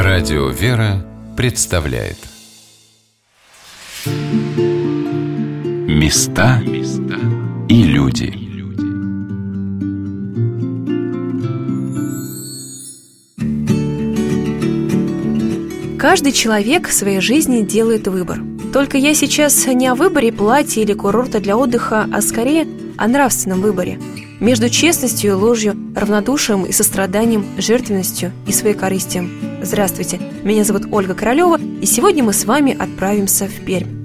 Радио «Вера» представляет Места и люди. Каждый человек в своей жизни делает выбор. Только я сейчас не о выборе платья или курорта для отдыха, а скорее о нравственном выборе. Между честностью и ложью, равнодушием и состраданием, жертвенностью и своекорыстием. Здравствуйте, меня зовут Ольга Королева, и сегодня мы с вами отправимся в Пермь.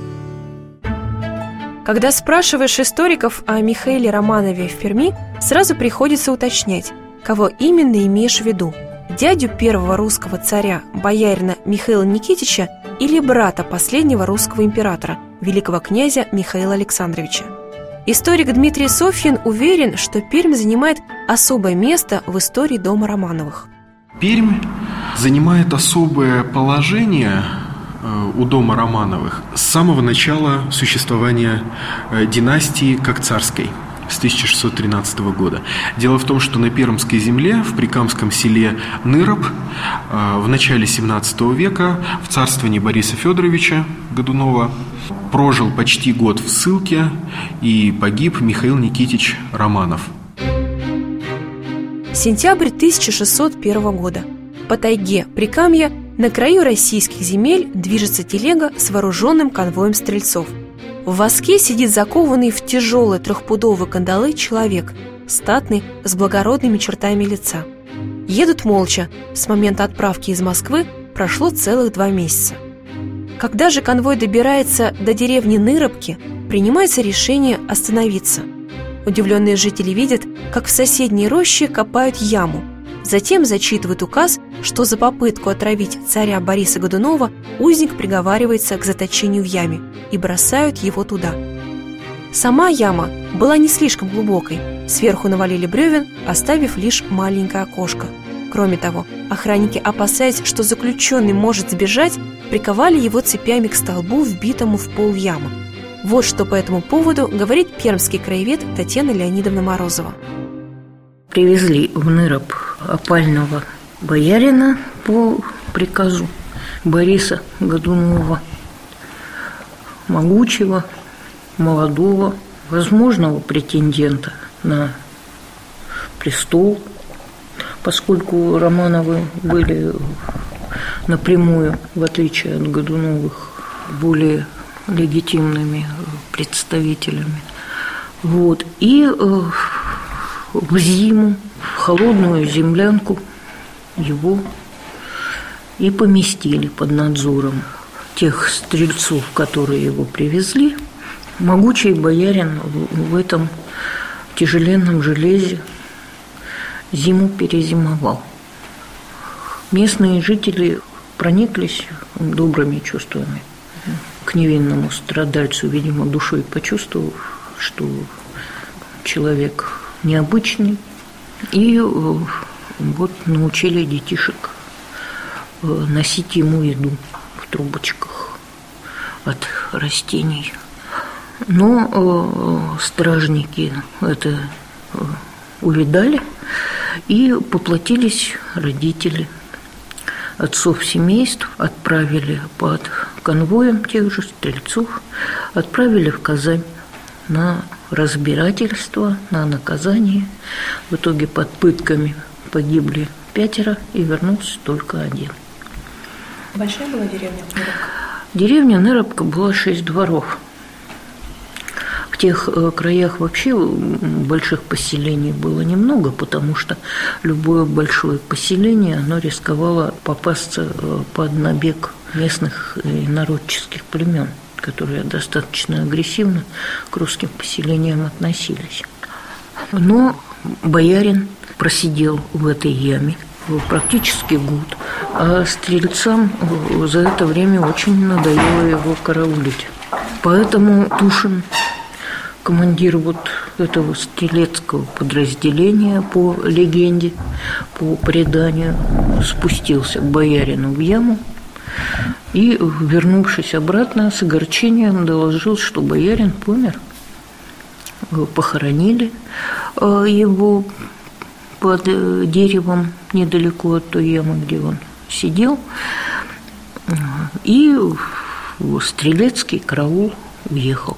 Когда спрашиваешь историков о Михаиле Романове в Перми, сразу приходится уточнять, кого именно имеешь в виду: дядю первого русского царя, боярина Михаила Никитича, или брата последнего русского императора, великого князя Михаила Александровича. Историк Дмитрий Софьин уверен, что Пермь занимает особое место в истории дома Романовых. Пермь занимает особое положение у дома Романовых с самого начала существования династии как царской, с 1613 года. Дело в том, что на Пермской земле, в прикамском селе Ныроб, в начале 17 века в царствовании Бориса Федоровича Годунова прожил почти год в ссылке и погиб Михаил Никитич Романов. Сентябрь 1601 года. По тайге Прикамья на краю российских земель движется телега с вооруженным конвоем стрельцов. В воске сидит закованный в тяжелые трехпудовые кандалы человек, статный, с благородными чертами лица. Едут молча. С момента отправки из Москвы прошло целых 2 месяца. Когда же конвой добирается до деревни Ныробки, принимается решение остановиться. Удивленные жители видят, как в соседней роще копают яму. Затем зачитывают указ, что за попытку отравить царя Бориса Годунова узник приговаривается к заточению в яме, и бросают его туда. Сама яма была не слишком глубокой, сверху навалили бревен, оставив лишь маленькое окошко. Кроме того, охранники, опасаясь, что заключенный может сбежать, приковали его цепями к столбу, вбитому в пол ямы. Вот что по этому поводу говорит пермский краевед Татьяна Леонидовна Морозова. Привезли в Ныроб опального боярина по приказу Бориса Годунова, могучего, молодого, возможного претендента на престол, поскольку Романовы были напрямую, в отличие от Годуновых, более легитимными представителями. И в зиму, в холодную землянку его и поместили под надзором тех стрельцов, которые его привезли. Могучий боярин в этом тяжеленном железе зиму перезимовал. Местные жители прониклись добрыми чувствами к невинному страдальцу, видимо, душой почувствовав, что человек необычный, и научили детишек носить ему еду в трубочках от растений. Но стражники это увидали, и поплатились родители. Отцов семейств отправили под конвоем тех же стрельцов, отправили в Казань на разбирательство, на наказание. В итоге под пытками погибли 5 и вернулся только 1. Большая была деревня Ныробка? Деревня Ныробка была 6 дворов. В тех краях вообще больших поселений было немного, потому что любое большое поселение, оно рисковало попасться под набег местных инородческих племен, которые достаточно агрессивно к русским поселениям относились. Но боярин просидел в этой яме практически год, а стрельцам за это время очень надоело его караулить. Поэтому Тушин, командир этого стрелецкого подразделения, по легенде, по преданию, спустился к боярину в яму и, вернувшись обратно, с огорчением доложил, что боярин помер. Похоронили его под деревом недалеко от той ямы, где он сидел, и стрелецкий караул уехал.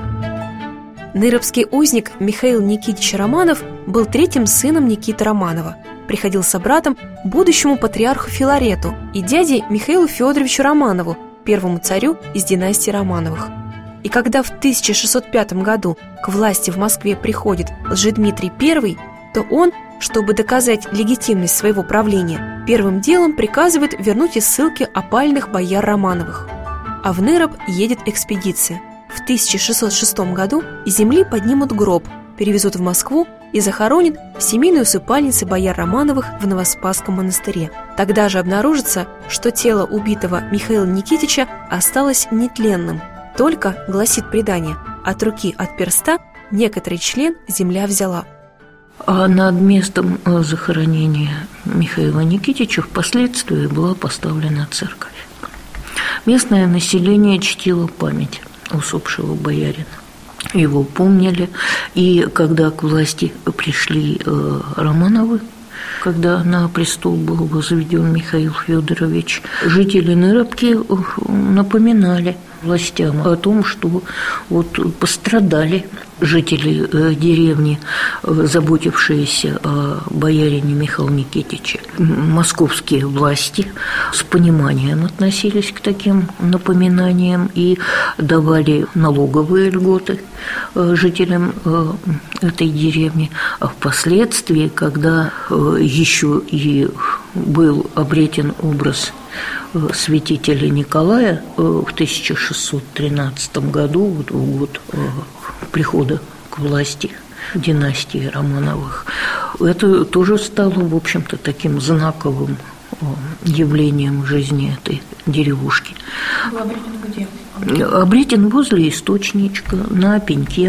Ныробский узник Михаил Никитич Романов был третьим сыном Никиты Романова. Приходился братом будущему патриарху Филарету и дяде Михаилу Федоровичу Романову, первому царю из династии Романовых. И когда в 1605 году к власти в Москве приходит Лжедмитрий I, то он, чтобы доказать легитимность своего правления, первым делом приказывает вернуть из ссылки опальных бояр Романовых. А в Ныроб едет экспедиция. В 1606 году из земли поднимут гроб, перевезут в Москву и захоронят в семейной усыпальнице бояр Романовых в Новоспасском монастыре. Тогда же обнаружится, что тело убитого Михаила Никитича осталось нетленным. Только, гласит предание, от руки, от перста некоторый член земля взяла. А над местом захоронения Михаила Никитича впоследствии была поставлена церковь. Местное население чтило память усопшего боярина. Его помнили, и когда к власти пришли Романовы, когда на престол был возведен Михаил Федорович, жители Ныробки напоминали властям о том, что вот пострадали жители деревни, заботившиеся о боярине Михаиле Никитиче. Московские власти с пониманием относились к таким напоминаниям и давали налоговые льготы жителям этой деревни. А впоследствии, когда еще и был обретен образ святителя Николая в 1613 году, вот в год прихода к власти династии Романовых, это тоже стало, в общем-то, таким знаковым явлением жизни этой деревушки. Был обретен где? Обретен возле источничка, на пеньке.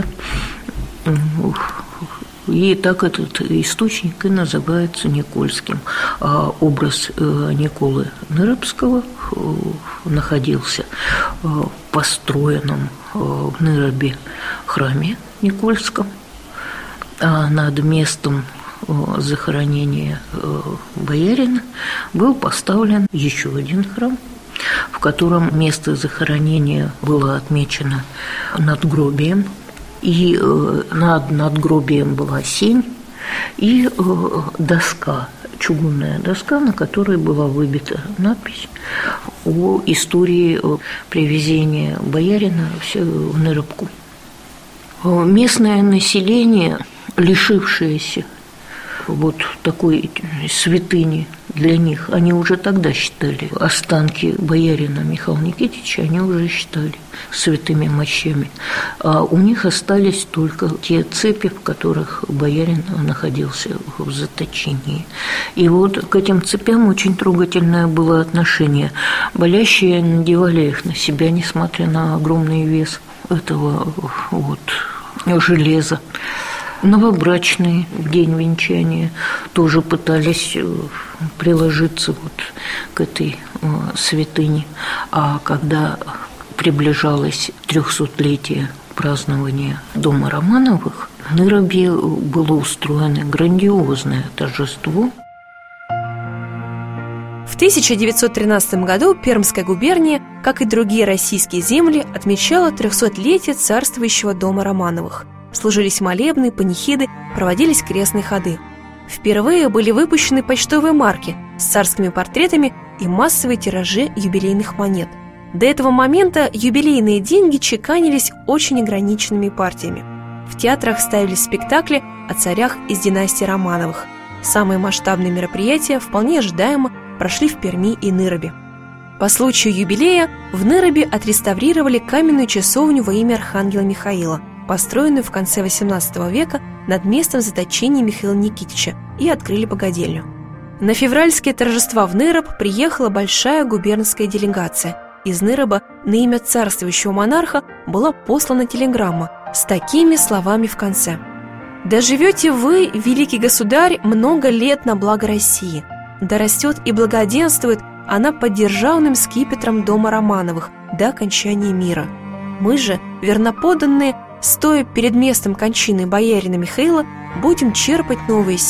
И так этот источник и называется Никольским. А образ Николы Ныробского находился в построенном в Ныробе храме Никольском, а над местом захоронения боярина был поставлен еще один храм, в котором место захоронения было отмечено надгробием. И над надгробием была сень и доска, чугунная доска, на которой была выбита надпись о истории привезения боярина в Ныробку. Местное население, лишившееся вот такой святыни для них, они уже тогда считали останки боярина Михаила Никитича, они уже считали святыми мощами. А у них остались только те цепи, в которых боярин находился в заточении. И вот к этим цепям очень трогательное было отношение. Болящие надевали их на себя, несмотря на огромный вес этого вот железа. Новобрачные в день венчания тоже пытались приложиться вот к этой святыне. А когда приближалось 300-летие празднования дома Романовых, в Ныробе было устроено грандиозное торжество. В 1913 году Пермская губерния, как и другие российские земли, отмечала 300-летие царствующего дома Романовых. Служились молебны, панихиды, проводились крестные ходы. Впервые были выпущены почтовые марки с царскими портретами и массовые тиражи юбилейных монет. До этого момента юбилейные деньги чеканились очень ограниченными партиями. В театрах ставились спектакли о царях из династии Романовых. Самые масштабные мероприятия вполне ожидаемо прошли в Перми и Ныробе. По случаю юбилея в Ныробе отреставрировали каменную часовню во имя архангела Михаила, построенную в конце XVIII века над местом заточения Михаила Никитича, и открыли богадельню. На февральские торжества в Ныроб приехала большая губернская делегация. Из Ныроба на имя царствующего монарха была послана телеграмма с такими словами в конце: «Да живете вы, великий государь, много лет на благо России. Да растет и благоденствует она под державным скипетром дома Романовых до окончания мира. Мы же, верноподданные, стоя перед местом кончины боярина Михаила, будем черпать новые силы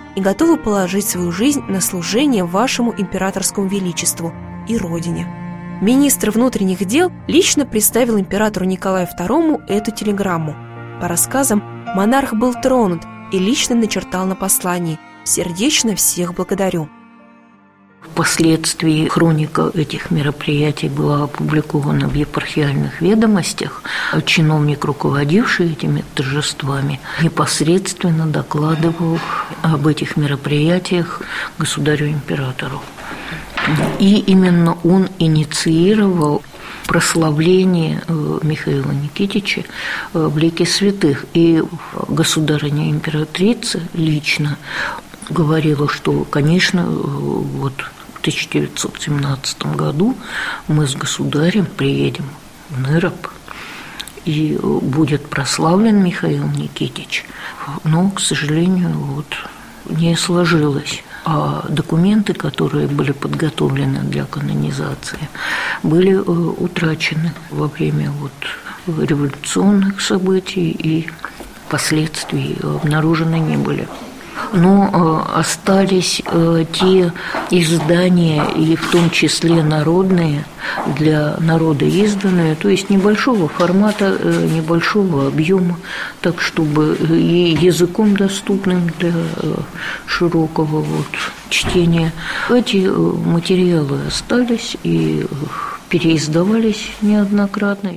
и готовы положить свою жизнь на служение вашему императорскому величеству и родине. Министр внутренних дел лично представил императору Николаю II эту телеграмму. По рассказам, монарх был тронут и лично начертал на послании: «Сердечно всех благодарю». Впоследствии хроника этих мероприятий была опубликована в епархиальных ведомостях. Чиновник, руководивший этими торжествами, непосредственно докладывал об этих мероприятиях государю-императору. И именно он инициировал прославление Михаила Никитича в лике святых. И государыня-императрица лично говорила, что, конечно, вот в 1917 году мы с государем приедем в Ныроб, и будет прославлен Михаил Никитич. Но, к сожалению, вот не сложилось. А документы, которые были подготовлены для канонизации, были утрачены во время революционных событий и впоследствии обнаружены не были. Но остались те издания, и в том числе народные, для народа изданные, то есть небольшого формата, небольшого объема, так чтобы и языком доступным для широкого чтения. Эти материалы остались и переиздавались неоднократно.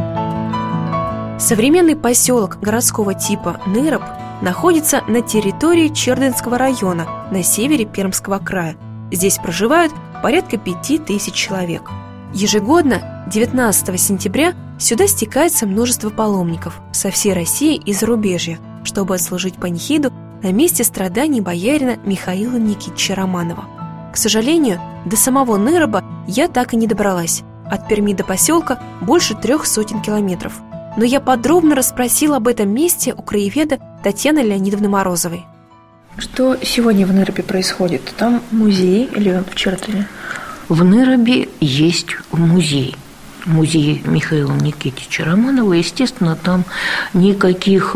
Современный поселок городского типа Ныроб находится на территории Чердынского района на севере Пермского края. Здесь проживают порядка 5000 человек. Ежегодно, 19 сентября, сюда стекается множество паломников со всей России и зарубежья, чтобы отслужить панихиду на месте страданий боярина Михаила Никитича Романова. К сожалению, до самого Ныроба я так и не добралась. От Перми до поселка больше 300 километров. Но я подробно расспросила об этом месте у краеведа Татьяны Леонидовны Морозовой. Что сегодня в Ныробе происходит? Там музей или он в Чердыне? В Ныробе есть музей. Музей Михаила Никитича Романова. Естественно, там никаких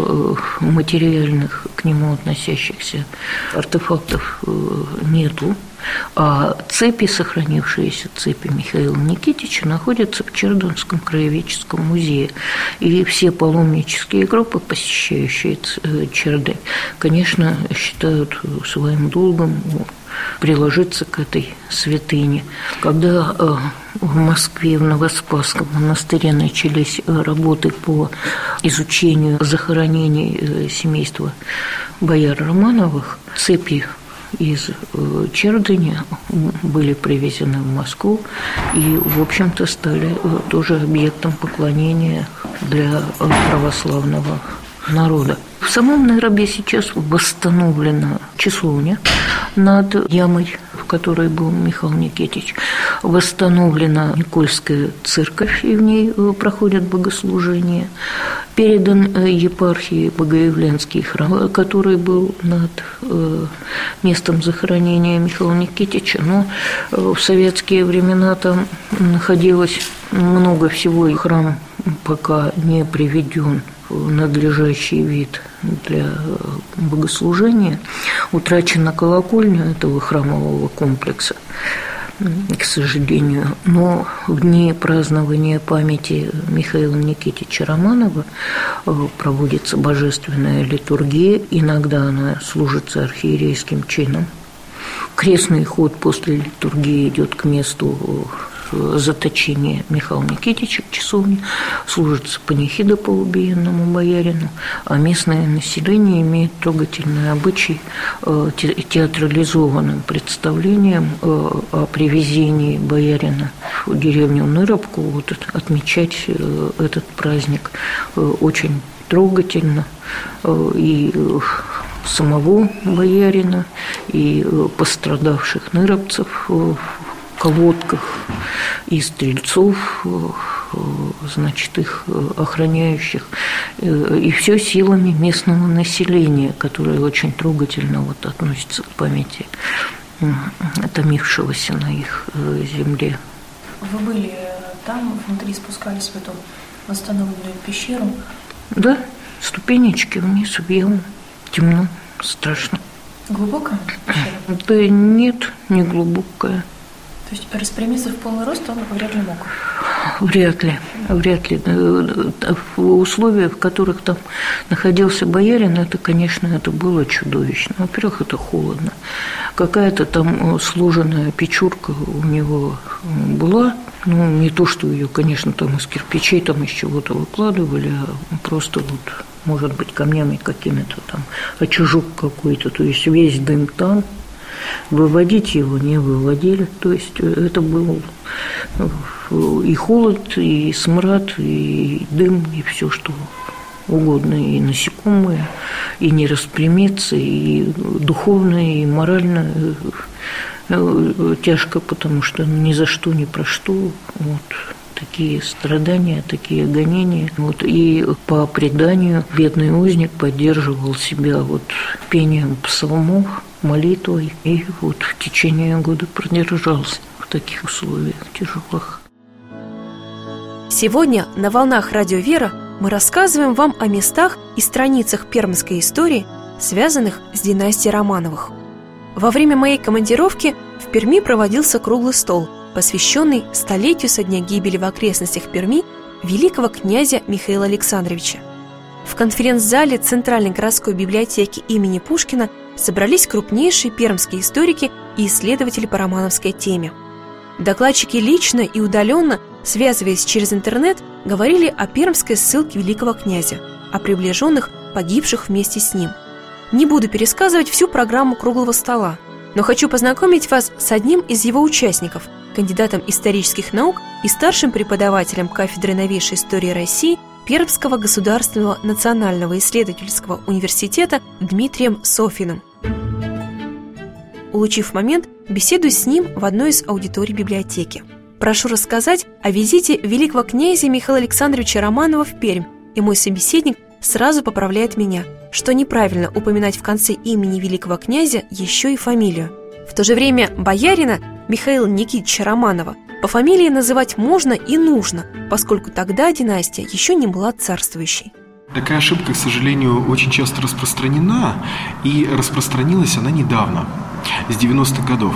материальных к нему относящихся артефактов нету. А цепи, сохранившиеся цепи Михаила Никитича, находятся в Чердынском краеведческом музее. И все паломнические группы, посещающие Чердынь, конечно, считают своим долгом приложиться к этой святыне. Когда в Москве, в Новоспасском монастыре начались работы по изучению захоронений семейства бояр Романовых, цепи из Чердыни были привезены в Москву и, в общем-то, стали тоже объектом поклонения для православного народа. В самом Ныробе сейчас восстановлена часовня над ямой, в которой был Михаил Никитич. Восстановлена Никольская церковь, и в ней проходят богослужения. Передан епархии Богоявленский храм, который был над местом захоронения Михаила Никитича. Но в советские времена там находилось много всего, и храм пока не приведен в надлежащий вид для богослужения. Утрачена колокольня этого храмового комплекса, к сожалению. Но в дни празднования памяти Михаила Никитича Романова проводится божественная литургия. Иногда она служится архиерейским чином. Крестный ход после литургии идет к месту заточения Михаила Никитича в часовне, служится панихида по убиенному боярину, а местное население имеет трогательный обычай театрализованным представлением о привезении боярина в деревню Ныробку, отмечать этот праздник очень трогательно, и самого боярина, и пострадавших ныробцев в колодках, и стрельцов, значит, их охраняющих, и все силами местного населения, которое очень трогательно относится к памяти томившегося на их земле. Вы были там, внутри спускались в эту восстановленную пещеру? Да, ступенечки вниз в яму, темно, страшно. Глубокая пещера? Да нет, не глубокая. То есть распрямиться в полный рост он вряд ли мог? Вряд ли. В условиях, в которых там находился боярин, это, конечно, это было чудовищно. Во-первых, это холодно. Какая-то там сложенная печурка у него была. Ну, не то, что ее, конечно, там из кирпичей, там из чего-то выкладывали, а просто вот, может быть, камнями какими-то там, очажок какой-то, то есть весь дым там. Выводить его не выводили, то есть это был и холод, и смрад, и дым, и все что угодно, и насекомые, и не распрямиться, и духовно, и морально тяжко, потому что ни за что, ни про что вот такие страдания, такие гонения. Вот, и по преданию бедный узник поддерживал себя вот пением псалмов, молитвой, и вот в течение года продержался в таких условиях тяжелых. Сегодня на «Волнах Радио Вера» мы рассказываем вам о местах и страницах пермской истории, связанных с династией Романовых. Во время моей командировки в Перми проводился круглый стол, посвященный столетию со дня гибели в окрестностях Перми великого князя Михаила Александровича. В конференц-зале Центральной городской библиотеки имени Пушкина собрались крупнейшие пермские историки и исследователи по романовской теме. Докладчики лично и удаленно, связываясь через интернет, говорили о пермской ссылке великого князя, о приближенных, погибших вместе с ним. Не буду пересказывать всю программу круглого стола, но хочу познакомить вас с одним из его участников, кандидатом исторических наук и старшим преподавателем кафедры новейшей истории России Пермского государственного национального исследовательского университета Дмитрием Софиным. Улучив момент, беседую с ним в одной из аудиторий библиотеки. Прошу рассказать о визите великого князя Михаила Александровича Романова в Пермь, и мой собеседник сразу поправляет меня, что неправильно упоминать в конце имени великого князя еще и фамилию. В то же время боярина Михаила Никитича Романова по фамилии называть можно и нужно, поскольку тогда династия еще не была царствующей. Такая ошибка, к сожалению, очень часто распространена, и распространилась она недавно, с 90-х годов.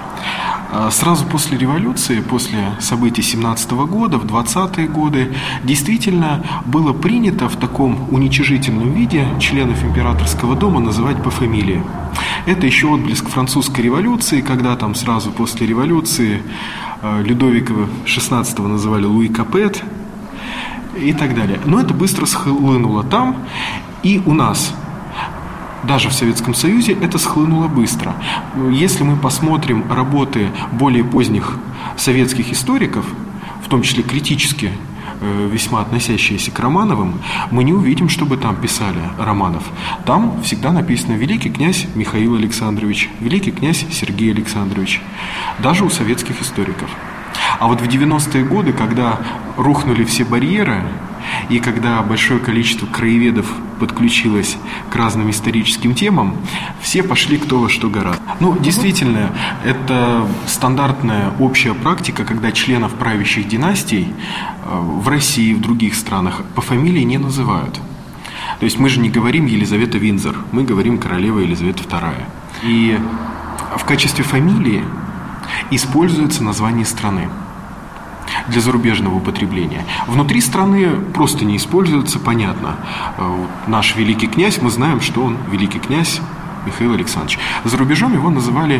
Сразу после революции, после событий 17-го года, в 20-е годы, действительно было принято в таком уничижительном виде членов императорского дома называть по фамилии. Это еще отблеск французской революции, когда там сразу после революции Людовика XVI называли Луи Капет и так далее. Но это быстро схлынуло там, и у нас. Даже в Советском Союзе это схлынуло быстро. Если мы посмотрим работы более поздних советских историков, в том числе критически весьма относящиеся к Романовым, мы не увидим, чтобы там писали Романов. Там всегда написано «Великий князь Михаил Александрович», «Великий князь Сергей Александрович», даже у советских историков. А вот в 90-е годы, когда рухнули все барьеры, и когда большое количество краеведов подключилось к разным историческим темам, все пошли кто во что гораздо. Ну, действительно, это стандартная общая практика, когда членов правящих династий в России и в других странах по фамилии не называют. То есть мы же не говорим Елизавета Виндзор, мы говорим королева Елизавета II. И в качестве фамилии используется название страны для зарубежного употребления. Внутри страны просто не используется, понятно. Наш великий князь, мы знаем, что он великий князь Михаил Александрович. За рубежом его называли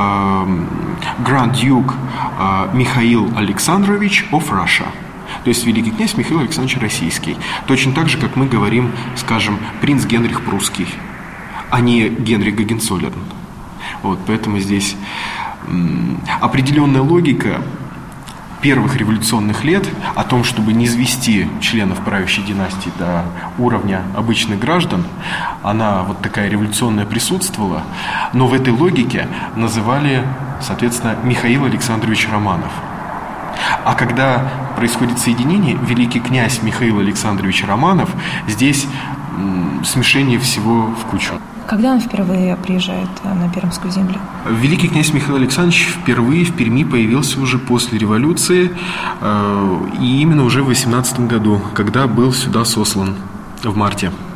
Grand Duke Михаил Александрович of Russia. То есть великий князь Михаил Александрович Российский. Точно так же, как мы говорим, скажем, принц Генрих Прусский, а не Генрих Гогенцоллерн. Вот, поэтому здесь определенная логика первых революционных лет о том, чтобы не низвести членов правящей династии до уровня обычных граждан, она вот такая революционная присутствовала, но в этой логике называли, соответственно, Михаил Александрович Романов. А когда происходит соединение, великий князь Михаил Александрович Романов, здесь смешение всего в кучу. Когда он впервые приезжает на Пермскую землю? Великий князь Михаил Александрович впервые в Перми появился уже после революции, и именно уже в 18 году, когда был сюда сослан в марте.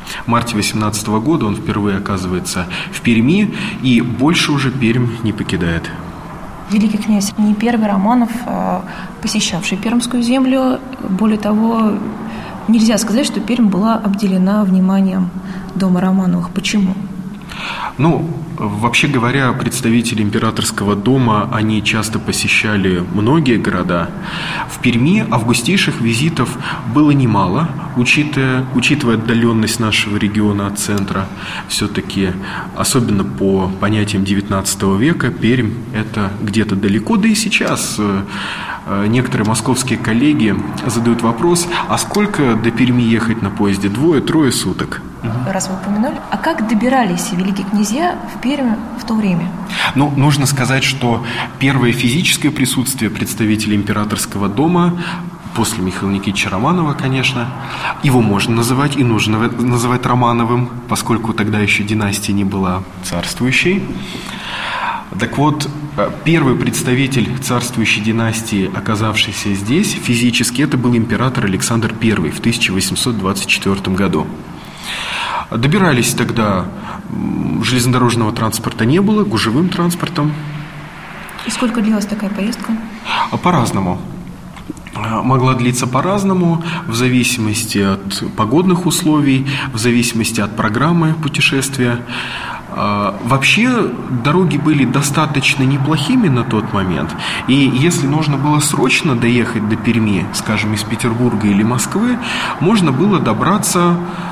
марте 18 года он впервые оказывается в Перми и больше уже Пермь не покидает. Великий князь не первый Романов, посещавший Пермскую землю. Более того, нельзя сказать, что Пермь была обделена вниманием дома Романовых. Почему? Вообще говоря, представители императорского дома, они часто посещали многие города. В Перми августейших визитов было немало, учитывая отдаленность нашего региона от центра. Все-таки, особенно по понятиям XIX века, Пермь – это где-то далеко, да и сейчас некоторые московские коллеги задают вопрос, а сколько до Перми ехать на поезде? 2-3 суток. Раз вы упомянули, а как добирались великие князья в Пермь в то время? Нужно сказать, что первое физическое присутствие представителей императорского дома после Михаила Никитича Романова, конечно, его можно называть и нужно называть Романовым, поскольку тогда еще династия не была царствующей. Так вот, первый представитель царствующей династии, оказавшийся здесь физически, это был император Александр I в 1824 году. Добирались тогда, железнодорожного транспорта не было, гужевым транспортом. И сколько длилась такая поездка? По-разному. Могла длиться по-разному, в зависимости от погодных условий, в зависимости от программы путешествия. Вообще дороги были достаточно неплохими на тот момент, и если нужно было срочно доехать до Перми, скажем, из Петербурга или Москвы, можно было добраться,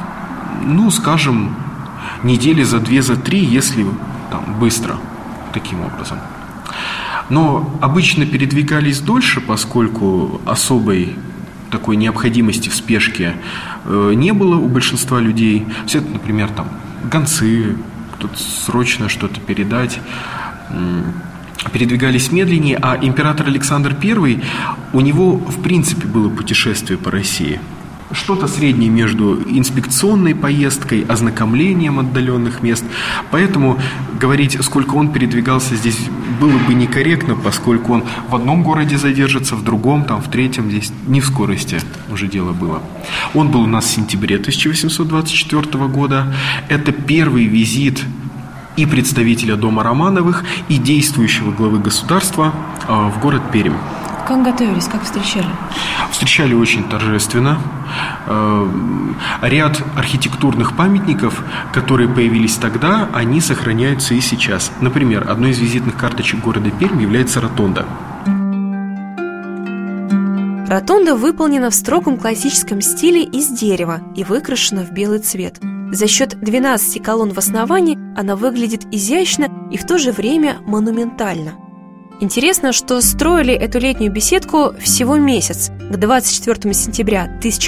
недели за 2-3, если быстро, таким образом. Но обычно передвигались дольше, поскольку особой такой необходимости в спешке не было у большинства людей. Все это, например, гонцы, кто-то срочно что-то передать, передвигались медленнее, а император Александр I, у него в принципе было путешествие по России. Что-то среднее между инспекционной поездкой, ознакомлением отдаленных мест. Поэтому говорить, сколько он передвигался здесь, было бы некорректно, поскольку он в одном городе задержится, в другом, в третьем, здесь не в скорости уже дело было. Он был у нас в сентябре 1824 года. Это первый визит и представителя дома Романовых, и действующего главы государства в город Пермь. Как готовились, как встречали? Встречали очень торжественно. Ряд архитектурных памятников, которые появились тогда, они сохраняются и сейчас. Например, одной из визитных карточек города Пермь является ротонда. Ротонда выполнена в строгом классическом стиле из дерева и выкрашена в белый цвет. За счет 12 колонн в основании она выглядит изящно и в то же время монументально. Интересно, что строили эту летнюю беседку всего месяц. К 24 сентября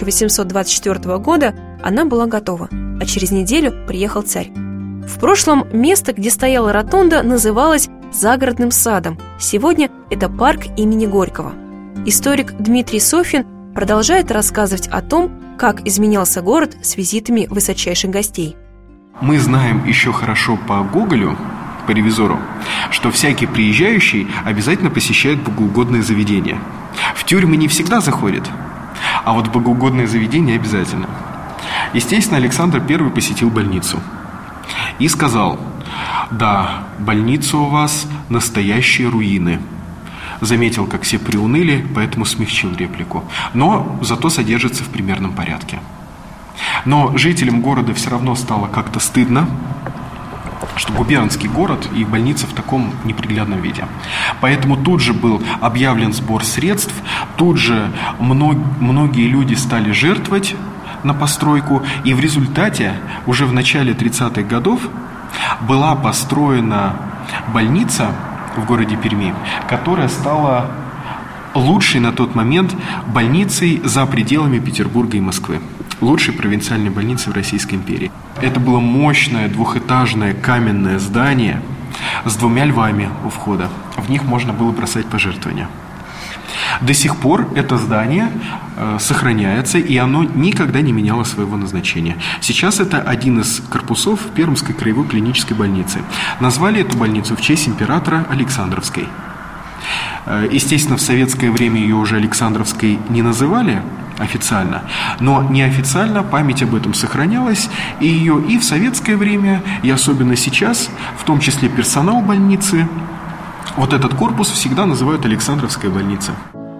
1824 года она была готова, а через неделю приехал царь. В прошлом место, где стояла ротонда, называлось Загородным садом. Сегодня это парк имени Горького. Историк Дмитрий Софьин продолжает рассказывать о том, как изменялся город с визитами высочайших гостей. Мы знаем еще хорошо по Гоголю, по ревизору, что всякий приезжающий обязательно посещает богоугодные заведения. В тюрьмы не всегда заходит, а вот в богоугодные заведения обязательно. Естественно, Александр I посетил больницу и сказал: «Да, больница у вас настоящие руины». Заметил, как все приуныли, поэтому смягчил реплику. Но зато содержится в примерном порядке. Но жителям города все равно стало как-то стыдно, что губернский город и больница в таком неприглядном виде. Поэтому тут же был объявлен сбор средств, тут же многие люди стали жертвовать на постройку, и в результате уже в начале 30-х годов была построена больница в городе Перми, которая стала лучшей на тот момент больницей за пределами Петербурга и Москвы. Лучшей провинциальной больницей в Российской империи. Это было мощное двухэтажное каменное здание с 2 львами у входа. В них можно было бросать пожертвования. До сих пор это здание сохраняется, и оно никогда не меняло своего назначения. Сейчас это один из корпусов Пермской краевой клинической больницы. Назвали эту больницу в честь императора Александровской. Естественно, в советское время ее уже Александровской не называли официально, но неофициально память об этом сохранялась, и ее и в советское время, и особенно сейчас, в том числе персонал больницы, вот этот корпус всегда называют Александровская больница.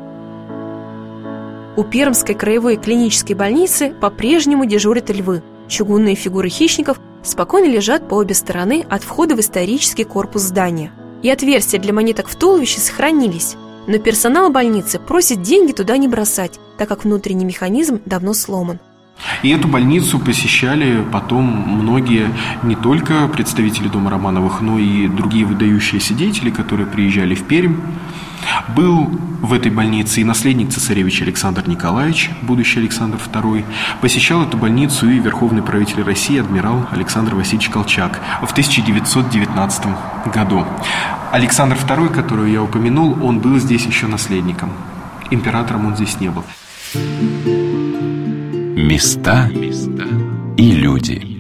У Пермской краевой клинической больницы по-прежнему дежурят львы. Чугунные фигуры хищников спокойно лежат по обе стороны от входа в исторический корпус здания. И отверстия для монеток в туловище сохранились. Но персонал больницы просит деньги туда не бросать, так как внутренний механизм давно сломан. И эту больницу посещали потом многие, не только представители дома Романовых, но и другие выдающиеся деятели, которые приезжали в Пермь. Был в этой больнице и наследник цесаревича Александр Николаевич, будущий Александр II. Посещал эту больницу и верховный правитель России адмирал Александр Васильевич Колчак в 1919 году. Александр II, которого я упомянул, он был здесь еще наследником. Императором он здесь не был. Места и люди.